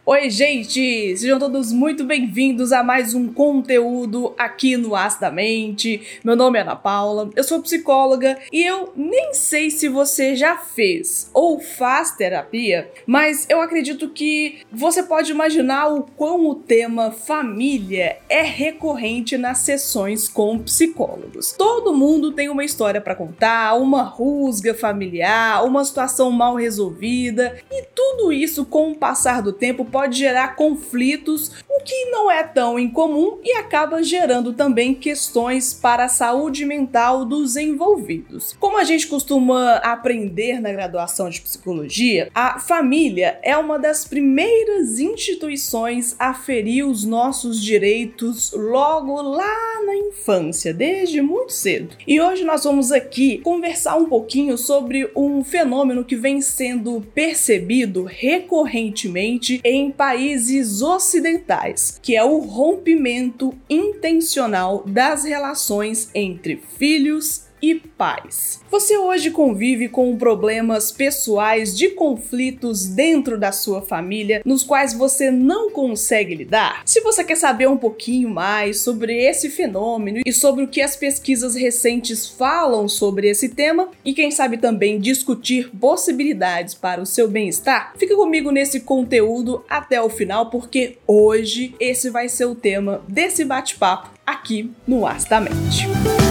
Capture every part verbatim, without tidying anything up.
Oi, gente! Sejam todos muito bem-vindos a mais um conteúdo aqui no Acidamente. Meu nome é Ana Paula, eu sou psicóloga e eu nem sei se você já fez ou faz terapia, mas eu acredito que você pode imaginar o quão o tema família é recorrente nas sessões com psicólogos. Todo mundo tem uma história para contar, uma rusga familiar, uma situação mal resolvida e tudo isso, com o passar do tempo, pode gerar conflitos, o que não é tão incomum e acaba gerando também questões para a saúde mental dos envolvidos. Como a gente costuma aprender na graduação de psicologia, a família é uma das primeiras instituições a ferir os nossos direitos logo lá na infância, desde muito cedo. E hoje nós vamos aqui conversar um pouquinho sobre um fenômeno que vem sendo percebido recorrentemente em países ocidentais, que é o rompimento intencional das relações entre filhos e pais. Você hoje convive com problemas pessoais de conflitos dentro da sua família, nos quais você não consegue lidar? Se você quer saber um pouquinho mais sobre esse fenômeno e sobre o que as pesquisas recentes falam sobre esse tema, e quem sabe também discutir possibilidades para o seu bem-estar, fica comigo nesse conteúdo até o final, porque hoje esse vai ser o tema desse bate-papo aqui no Acidamente.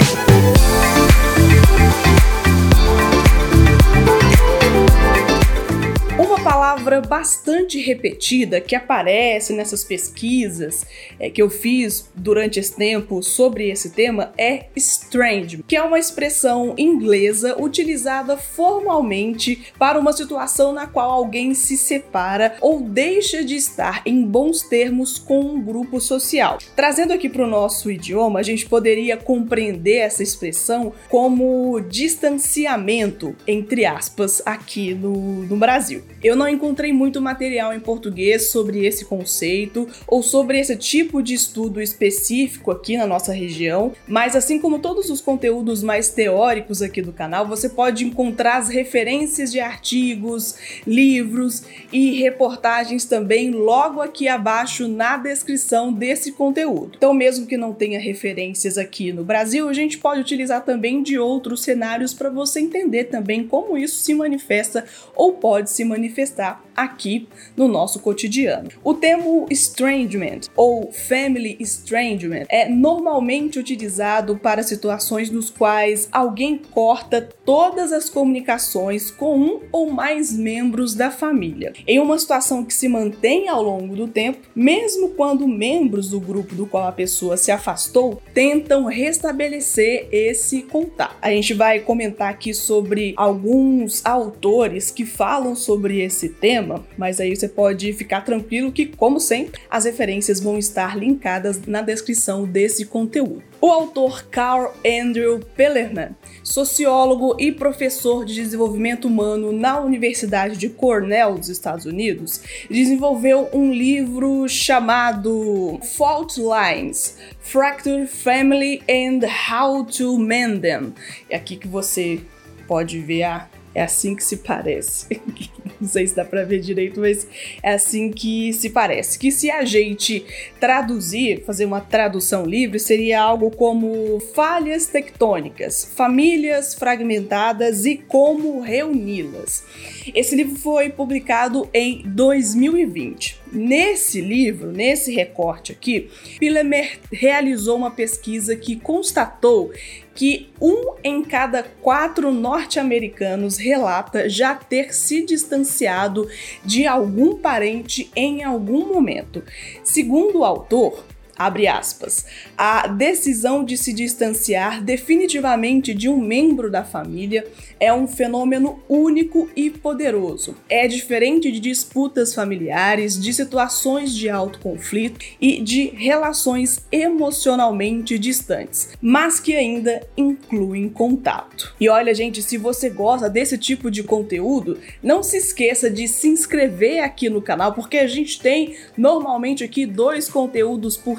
Uma palavra bastante repetida que aparece nessas pesquisas é, que eu fiz durante esse tempo sobre esse tema é estranged, que é uma expressão inglesa utilizada formalmente para uma situação na qual alguém se separa ou deixa de estar em bons termos com um grupo social. Trazendo aqui para o nosso idioma, a gente poderia compreender essa expressão como distanciamento, entre aspas, aqui no, no Brasil. Eu não encontrei muito material em português sobre esse conceito ou sobre esse tipo de estudo específico aqui na nossa região, mas assim como todos os conteúdos mais teóricos aqui do canal, você pode encontrar as referências de artigos, livros e reportagens também logo aqui abaixo na descrição desse conteúdo. Então, mesmo que não tenha referências aqui no Brasil, a gente pode utilizar também de outros cenários para você entender também como isso se manifesta ou pode se manifestar aqui no nosso cotidiano. O termo estrangement ou family estrangement é normalmente utilizado para situações nos quais alguém corta todas as comunicações com um ou mais membros da família. Em uma situação que se mantém ao longo do tempo, mesmo quando membros do grupo do qual a pessoa se afastou tentam restabelecer esse contato. A gente vai comentar aqui sobre alguns autores que falam sobre esse tema, mas aí você pode ficar tranquilo que, como sempre, as referências vão estar linkadas na descrição desse conteúdo. O autor Carl Andrew Pellerman, sociólogo e professor de desenvolvimento humano na Universidade de Cornell, dos Estados Unidos, desenvolveu um livro chamado Fault Lines: Fractured Family and How to Mend Them. É aqui que você pode ver a É assim que se parece. Não sei se dá pra ver direito, mas é assim que se parece. Que se a gente traduzir, fazer uma tradução livre, seria algo como falhas tectônicas, famílias fragmentadas e como reuni-las. Esse livro foi publicado em dois mil e vinte. Nesse livro, nesse recorte aqui, Pellerman realizou uma pesquisa que constatou que um em cada quatro norte-americanos relata já ter se distanciado de algum parente em algum momento. Segundo o autor, abre aspas, a decisão de se distanciar definitivamente de um membro da família é um fenômeno único e poderoso. É diferente de disputas familiares, de situações de alto conflito e de relações emocionalmente distantes, mas que ainda incluem contato. E olha, gente, se você gosta desse tipo de conteúdo, não se esqueça de se inscrever aqui no canal, porque a gente tem normalmente aqui dois conteúdos por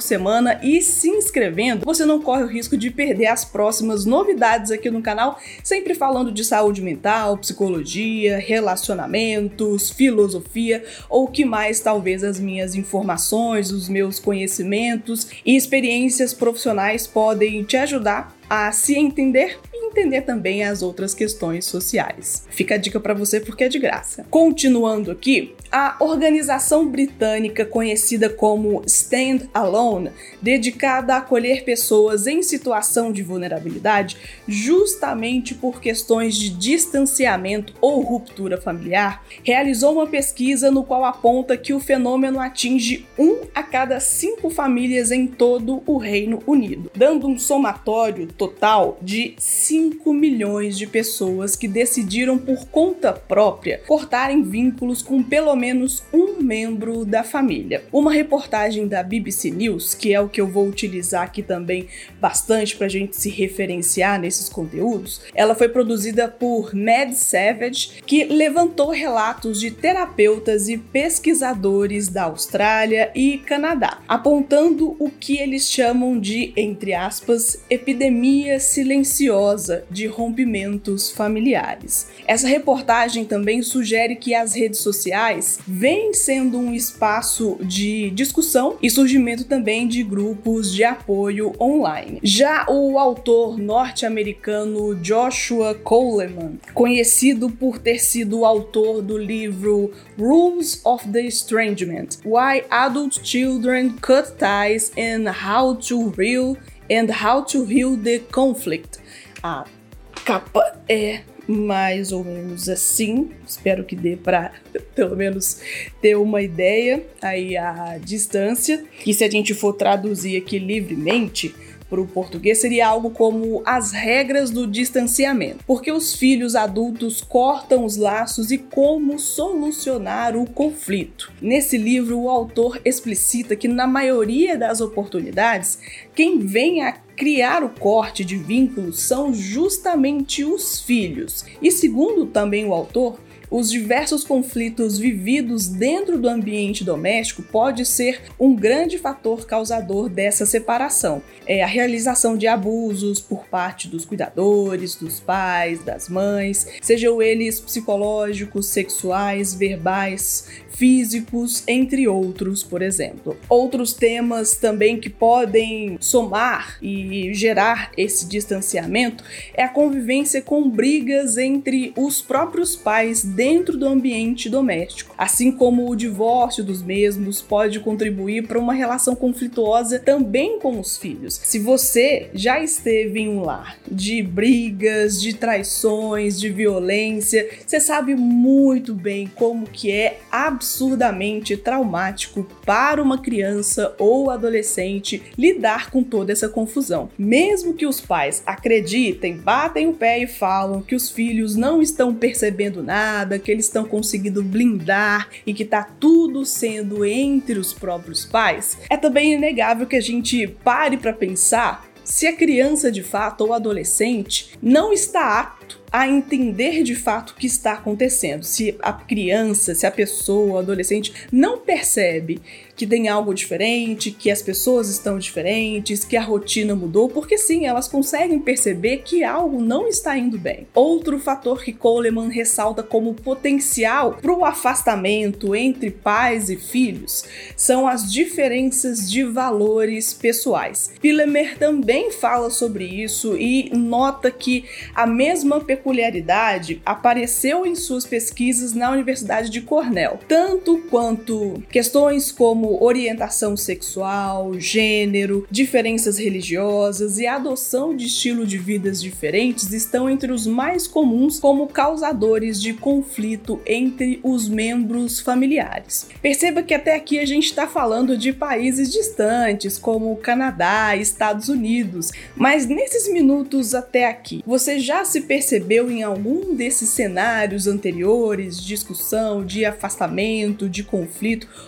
semana e se inscrevendo, você não corre o risco de perder as próximas novidades aqui no canal, sempre falando de saúde mental, psicologia, relacionamentos, filosofia ou o que mais talvez as minhas informações, os meus conhecimentos e experiências profissionais podem te ajudar a se entender e entender também as outras questões sociais. Fica a dica para você porque é de graça. Continuando aqui, a organização britânica conhecida como Stand Alone, dedicada a acolher pessoas em situação de vulnerabilidade, justamente por questões de distanciamento ou ruptura familiar, realizou uma pesquisa no qual aponta que o fenômeno atinge um a cada cinco famílias em todo o Reino Unido, dando um somatório total de cinco milhões de pessoas que decidiram por conta própria cortarem vínculos com pelo menos um membro da família. Uma reportagem da B B C News, que é o que eu vou utilizar aqui também bastante para a gente se referenciar nesses conteúdos, ela foi produzida por Mad Savage, que levantou relatos de terapeutas e pesquisadores da Austrália e Canadá, apontando o que eles chamam de, entre aspas, epidemia silenciosa de rompimentos familiares. Essa reportagem também sugere que as redes sociais vêm sendo um espaço de discussão e surgimento também de grupos de apoio online. Já o autor norte-americano Joshua Coleman, conhecido por ter sido o autor do livro Rules of the Estrangement: Why Adult Children Cut Ties and How to Heal and How to Heal the Conflict. A capa é mais ou menos assim, espero que dê para pelo menos ter uma ideia aí à distância, e se a gente for traduzir aqui livremente para o português, seria algo como as regras do distanciamento, porque os filhos adultos cortam os laços e como solucionar o conflito. Nesse livro, o autor explicita que na maioria das oportunidades, quem vem a criar o corte de vínculos são justamente os filhos. E segundo também o autor, os diversos conflitos vividos dentro do ambiente doméstico pode ser um grande fator causador dessa separação. É a realização de abusos por parte dos cuidadores, dos pais, das mães, sejam eles psicológicos, sexuais, verbais, físicos, entre outros, por exemplo. Outros temas também que podem somar e gerar esse distanciamento é a convivência com brigas entre os próprios pais dentro do ambiente doméstico, assim como o divórcio dos mesmos pode contribuir para uma relação conflituosa também com os filhos. Se você já esteve em um lar de brigas, de traições, de violência, você sabe muito bem como que é absurdamente traumático para uma criança ou adolescente lidar com toda essa confusão. Mesmo que os pais acreditem, batem o pé e falam que os filhos não estão percebendo nada, que eles estão conseguindo blindar e que tá tudo sendo entre os próprios pais, é também inegável que a gente pare para pensar se a criança de fato ou adolescente não está apto a entender de fato o que está acontecendo. Se a criança, se a pessoa, o adolescente não percebe que tem algo diferente, que as pessoas estão diferentes, que a rotina mudou, porque sim, elas conseguem perceber que algo não está indo bem. Outro fator que Coleman ressalta como potencial para o afastamento entre pais e filhos são as diferenças de valores pessoais. Pillemer também fala sobre isso e nota que a mesma peculiaridade apareceu em suas pesquisas na Universidade de Cornell, tanto quanto questões como orientação sexual, gênero, diferenças religiosas e adoção de estilo de vidas diferentes estão entre os mais comuns como causadores de conflito entre os membros familiares. Perceba que até aqui a gente está falando de países distantes como Canadá e Estados Unidos, mas nesses minutos até aqui, você já se percebeu em algum desses cenários anteriores de discussão, de afastamento, de conflito,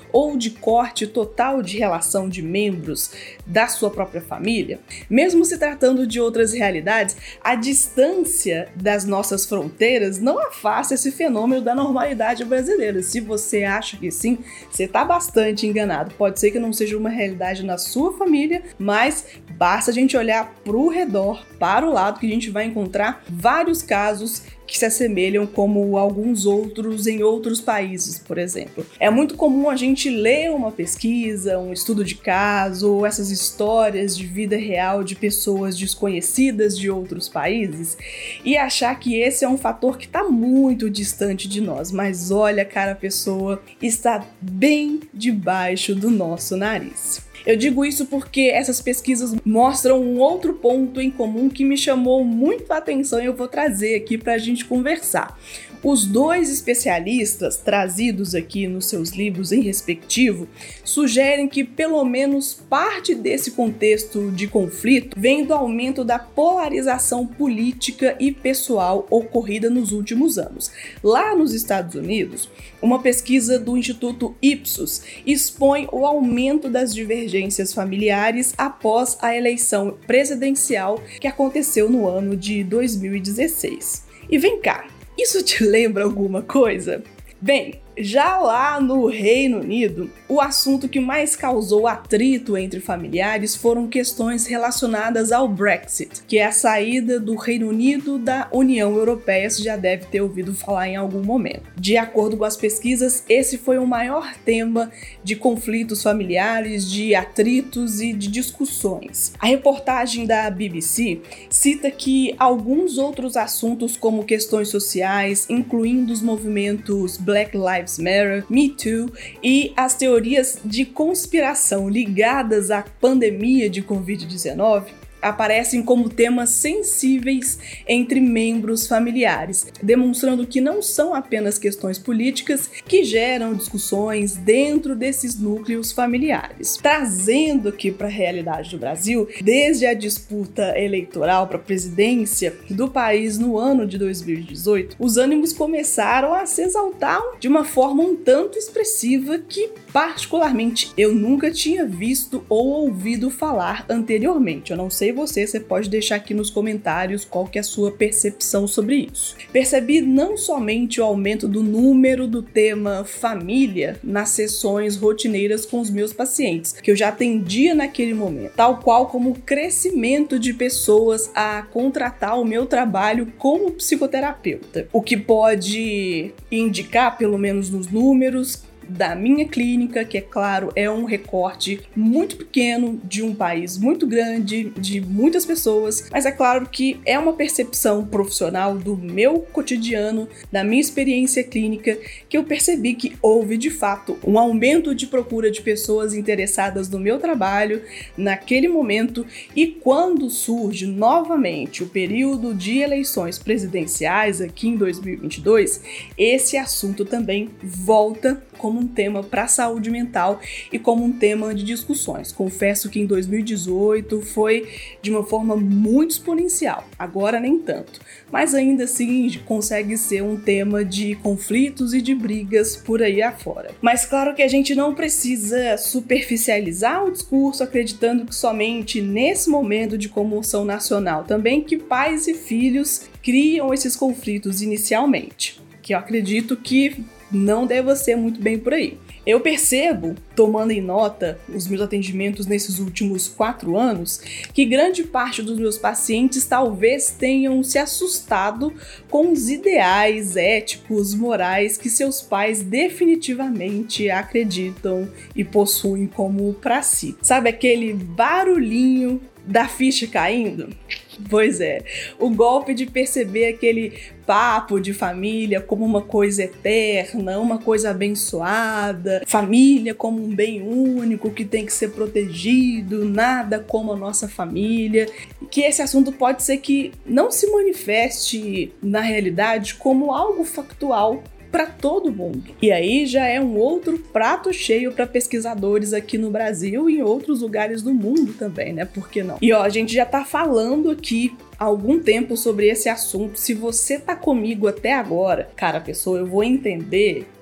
ou de corte total de relação de membros da sua própria família? Mesmo se tratando de outras realidades, a distância das nossas fronteiras não afasta esse fenômeno da normalidade brasileira. Se você acha que sim, você está bastante enganado. Pode ser que não seja uma realidade na sua família, mas basta a gente olhar para o redor, para o lado, que a gente vai encontrar vários casos que se assemelham como alguns outros em outros países, por exemplo. É muito comum a gente ler uma pesquisa, um estudo de caso, ou essas histórias de vida real de pessoas desconhecidas de outros países e achar que esse é um fator que está muito distante de nós. Mas olha, cara, a pessoa está bem debaixo do nosso nariz. Eu digo isso porque essas pesquisas mostram um outro ponto em comum que me chamou muito a atenção e eu vou trazer aqui para a gente conversar. Os dois especialistas trazidos aqui nos seus livros em respectivo sugerem que pelo menos parte desse contexto de conflito vem do aumento da polarização política e pessoal ocorrida nos últimos anos. Lá nos Estados Unidos, uma pesquisa do Instituto Ipsos expõe o aumento das divergências familiares após a eleição presidencial que aconteceu no ano de dois mil e dezesseis. E vem cá, isso te lembra alguma coisa? Bem, já lá no Reino Unido, o assunto que mais causou atrito entre familiares foram questões relacionadas ao Brexit, que é a saída do Reino Unido da União Europeia, você já deve ter ouvido falar em algum momento. De acordo com as pesquisas, esse foi o maior tema de conflitos familiares, de atritos e de discussões. A reportagem da B B C cita que alguns outros assuntos, como questões sociais, incluindo os movimentos Black Lives Matter, Me Too e as teorias de conspiração ligadas à pandemia de covid dezenove, aparecem como temas sensíveis entre membros familiares, demonstrando que não são apenas questões políticas que geram discussões dentro desses núcleos familiares. Trazendo aqui para a realidade do Brasil, desde a disputa eleitoral para a presidência do país no ano de dois mil e dezoito, os ânimos começaram a se exaltar de uma forma um tanto expressiva que, particularmente, eu nunca tinha visto ou ouvido falar anteriormente. Eu não sei você, você pode deixar aqui nos comentários qual que é a sua percepção sobre isso. Percebi não somente o aumento do número do tema família nas sessões rotineiras com os meus pacientes, que eu já atendia naquele momento, tal qual como o crescimento de pessoas a contratar o meu trabalho como psicoterapeuta, o que pode indicar, pelo menos nos números, da minha clínica, que é claro, é um recorte muito pequeno de um país muito grande, de muitas pessoas, mas é claro que é uma percepção profissional do meu cotidiano, da minha experiência clínica, que eu percebi que houve de fato um aumento de procura de pessoas interessadas no meu trabalho naquele momento, e quando surge novamente o período de eleições presidenciais aqui em dois mil e vinte e dois, esse assunto também volta como um tema para a saúde mental e como um tema de discussões. Confesso que em dois mil e dezoito foi de uma forma muito exponencial, agora nem tanto, mas ainda assim consegue ser um tema de conflitos e de brigas por aí afora. Mas claro que a gente não precisa superficializar o discurso acreditando que somente nesse momento de comoção nacional também que pais e filhos criam esses conflitos inicialmente, que eu acredito que não deva ser muito bem por aí. Eu percebo, tomando em nota os meus atendimentos nesses últimos quatro anos, que grande parte dos meus pacientes talvez tenham se assustado com os ideais éticos, morais que seus pais definitivamente acreditam e possuem como pra si. Sabe aquele barulhinho da ficha caindo? Pois é, o golpe de perceber aquele papo de família como uma coisa eterna, uma coisa abençoada, família como um bem único que tem que ser protegido, nada como a nossa família, que esse assunto pode ser que não se manifeste na realidade como algo factual para todo mundo. E aí já é um outro prato cheio para pesquisadores aqui no Brasil e em outros lugares do mundo também, né? Por que não? E ó, a gente já tá falando aqui há algum tempo sobre esse assunto. Se você tá comigo até agora, cara, pessoa, eu vou entender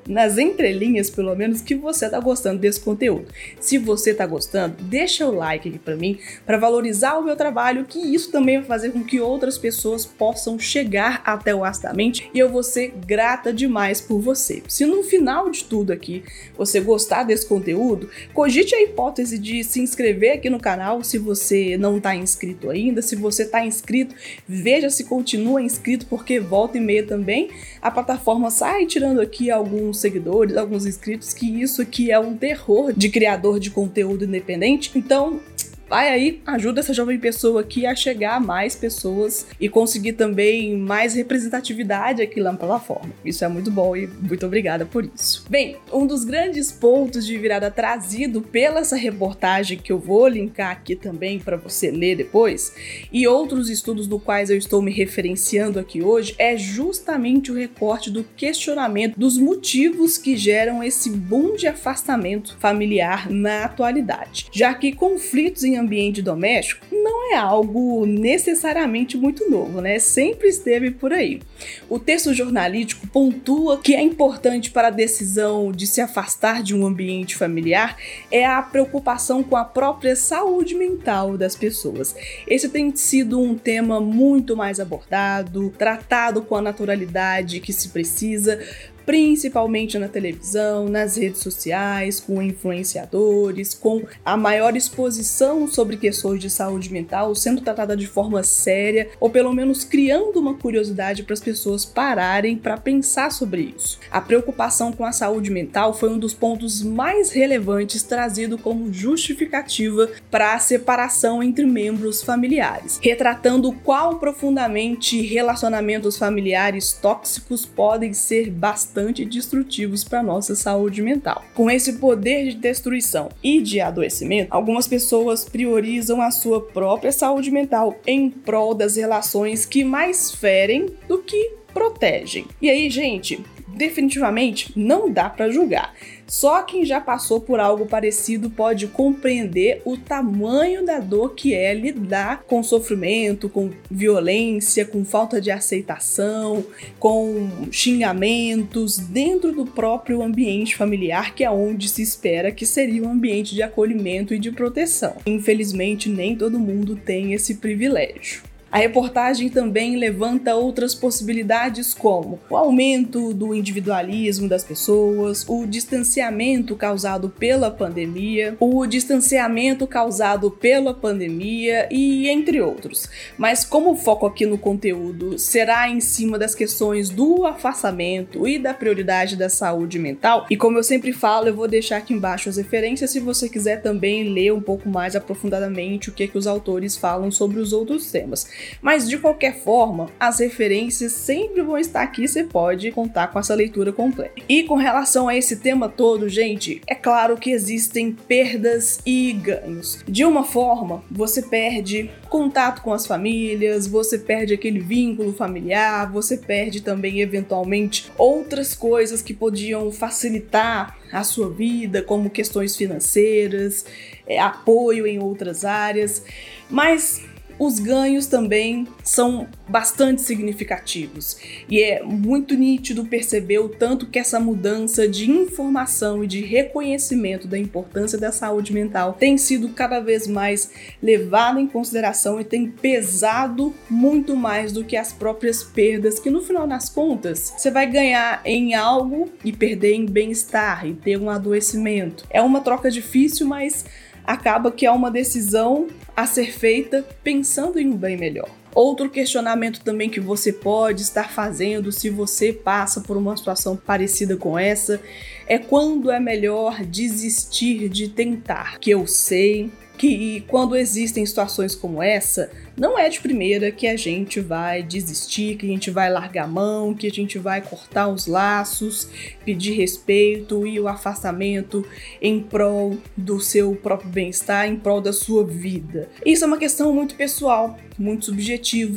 nas entrelinhas, pelo menos, que você tá gostando desse conteúdo. Se você tá gostando, deixa o like aqui pra mim, pra valorizar o meu trabalho, que isso também vai fazer com que outras pessoas possam chegar até o Astamente, e eu vou ser grata demais por você. Se no final de tudo aqui você gostar desse conteúdo, cogite a hipótese de se inscrever aqui no canal se você não tá inscrito ainda. Se você tá inscrito, veja se continua inscrito, porque volta e meia também a plataforma sai tirando aqui alguns seguidores, alguns inscritos, que isso aqui é um terror de criador de conteúdo independente. Então vai aí, ajuda essa jovem pessoa aqui a chegar a mais pessoas e conseguir também mais representatividade aqui lá na plataforma. Isso é muito bom e muito obrigada por isso. Bem, um dos grandes pontos de virada trazido pela essa reportagem, que eu vou linkar aqui também para você ler depois, e outros estudos do quais eu estou me referenciando aqui hoje, é justamente o recorte do questionamento dos motivos que geram esse boom de afastamento familiar na atualidade, já que conflitos em ambiente doméstico não é algo necessariamente muito novo, né? Sempre esteve por aí. O texto jornalístico pontua que é importante para a decisão de se afastar de um ambiente familiar é a preocupação com a própria saúde mental das pessoas. Esse tem sido um tema muito mais abordado, tratado com a naturalidade que se precisa, principalmente na televisão, nas redes sociais, com influenciadores, com a maior exposição sobre questões de saúde mental sendo tratada de forma séria, ou pelo menos criando uma curiosidade para as pessoas pararem para pensar sobre isso. A preocupação com a saúde mental foi um dos pontos mais relevantes trazido como justificativa para a separação entre membros familiares, retratando quão profundamente relacionamentos familiares tóxicos podem ser bastante bastante destrutivos para nossa saúde mental. Com esse poder de destruição e de adoecimento, algumas pessoas priorizam a sua própria saúde mental em prol das relações que mais ferem do que protegem. E aí, gente, definitivamente não dá para julgar. Só quem já passou por algo parecido pode compreender o tamanho da dor que é lidar com sofrimento, com violência, com falta de aceitação, com xingamentos dentro do próprio ambiente familiar, que é onde se espera que seria um ambiente de acolhimento e de proteção. Infelizmente, nem todo mundo tem esse privilégio. A reportagem também levanta outras possibilidades, como o aumento do individualismo das pessoas, o distanciamento causado pela pandemia, o distanciamento causado pela pandemia e entre outros. Mas como o foco aqui no conteúdo será em cima das questões do afastamento e da prioridade da saúde mental, e como eu sempre falo, eu vou deixar aqui embaixo as referências se você quiser também ler um pouco mais aprofundadamente o que, que os autores falam sobre os outros temas. Mas de qualquer forma, as referências sempre vão estar aqui, você pode contar com essa leitura completa. E com relação a esse tema todo, gente, é claro que existem perdas e ganhos. De uma forma, você perde contato com as famílias, você perde aquele vínculo familiar, você perde também, eventualmente, outras coisas que podiam facilitar a sua vida, como questões financeiras, é, apoio em outras áreas, mas os ganhos também são bastante significativos e é muito nítido perceber o tanto que essa mudança de informação e de reconhecimento da importância da saúde mental tem sido cada vez mais levada em consideração e tem pesado muito mais do que as próprias perdas, que no final das contas você vai ganhar em algo e perder em bem-estar e ter um adoecimento. É uma troca difícil, mas acaba que é uma decisão a ser feita pensando em um bem melhor. Outro questionamento também que você pode estar fazendo se você passa por uma situação parecida com essa é quando é melhor desistir de tentar. Que eu sei que quando existem situações como essa, não é de primeira que a gente vai desistir, que a gente vai largar a mão, que a gente vai cortar os laços, pedir respeito e o afastamento em prol do seu próprio bem-estar, em prol da sua vida. Isso é uma questão muito pessoal, muito subjetiva.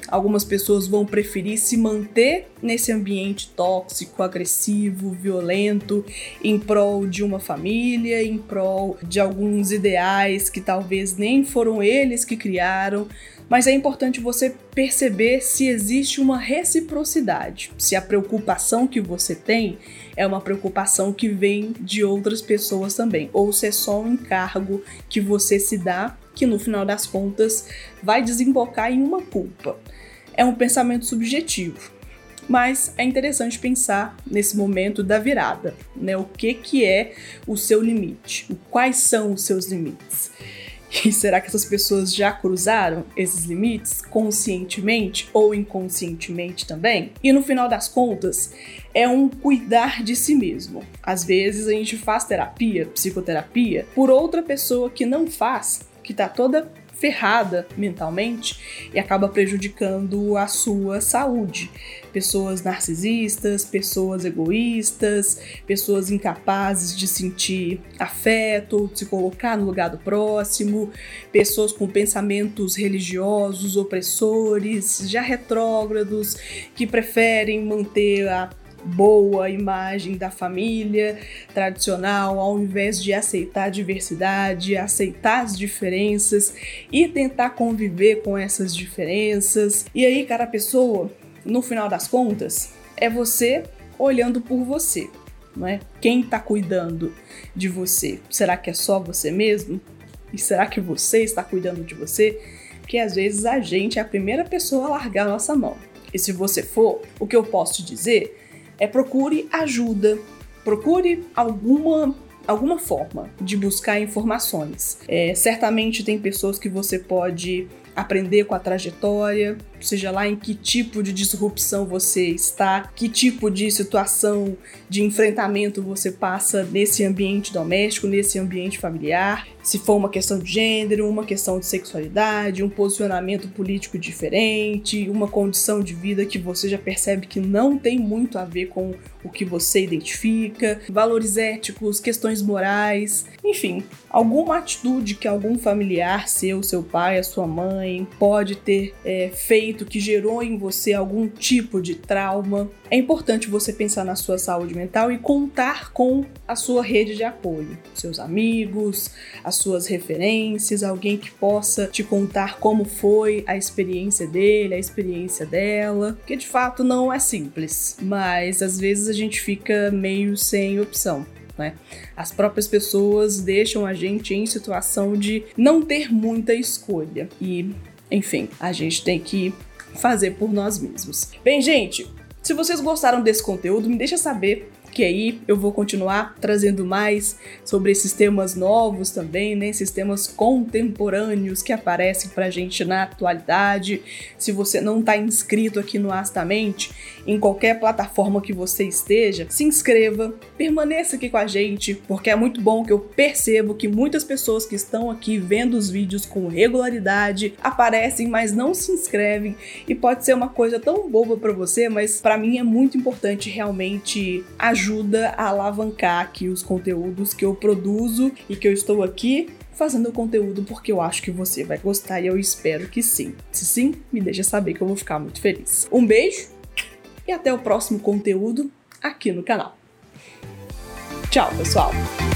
Algumas pessoas vão preferir se manter nesse ambiente tóxico, agressivo, violento, em prol de uma família, em prol de alguns ideais que talvez nem foram eles que criaram. Mas é importante você perceber se existe uma reciprocidade, se a preocupação que você tem é uma preocupação que vem de outras pessoas também, ou se é só um encargo que você se dá, que no final das contas vai desembocar em uma culpa. É um pensamento subjetivo, mas é interessante pensar nesse momento da virada, né? O que que é o seu limite? Quais são os seus limites? E será que essas pessoas já cruzaram esses limites conscientemente ou inconscientemente também? E no final das contas, é um cuidar de si mesmo. Às vezes a gente faz terapia, psicoterapia, por outra pessoa que não faz, que tá toda ferrada mentalmente e acaba prejudicando a sua saúde. Pessoas narcisistas, pessoas egoístas, pessoas incapazes de sentir afeto, de se colocar no lugar do próximo, pessoas com pensamentos religiosos, opressores, já retrógrados, que preferem manter a boa imagem da família tradicional, ao invés de aceitar a diversidade, aceitar as diferenças e tentar conviver com essas diferenças. E aí, cara, a pessoa, no final das contas, é você olhando por você, não é? Quem tá cuidando de você? Será que é só você mesmo? E será que você está cuidando de você? Porque às vezes a gente é a primeira pessoa a largar a nossa mão. E se você for, o que eu posso te dizer é procure ajuda, procure alguma, alguma forma de buscar informações. É, certamente tem pessoas que você pode aprender com a trajetória, seja lá em que tipo de disrupção você está, que tipo de situação de enfrentamento você passa nesse ambiente doméstico, nesse ambiente familiar, se for uma questão de gênero, uma questão de sexualidade, um posicionamento político diferente, uma condição de vida que você já percebe que não tem muito a ver com o que você identifica, valores éticos, questões morais, enfim, alguma atitude que algum familiar seu, seu pai, a sua mãe, pode ter é, feito que gerou em você algum tipo de trauma. É importante você pensar na sua saúde mental e contar com a sua rede de apoio, seus amigos, as suas referências, alguém que possa te contar como foi a experiência dele, a experiência dela, porque de fato não é simples, mas às vezes a gente fica meio sem opção. Né? As próprias pessoas deixam a gente em situação de não ter muita escolha e, enfim, a gente tem que fazer por nós mesmos. Bem, gente, se vocês gostaram desse conteúdo, me deixa saber, que aí eu vou continuar trazendo mais sobre esses temas novos também, né? Esses temas contemporâneos que aparecem pra gente na atualidade. Se você não tá inscrito aqui no Astamente, em qualquer plataforma que você esteja, se inscreva, permaneça aqui com a gente, porque é muito bom que eu percebo que muitas pessoas que estão aqui vendo os vídeos com regularidade aparecem, mas não se inscrevem, e pode ser uma coisa tão boba pra você, mas pra mim é muito importante, realmente ajudar ajuda a alavancar aqui os conteúdos que eu produzo e que eu estou aqui fazendo o conteúdo porque eu acho que você vai gostar e eu espero que sim. Se sim, me deixa saber que eu vou ficar muito feliz. Um beijo e até o próximo conteúdo aqui no canal. Tchau, pessoal!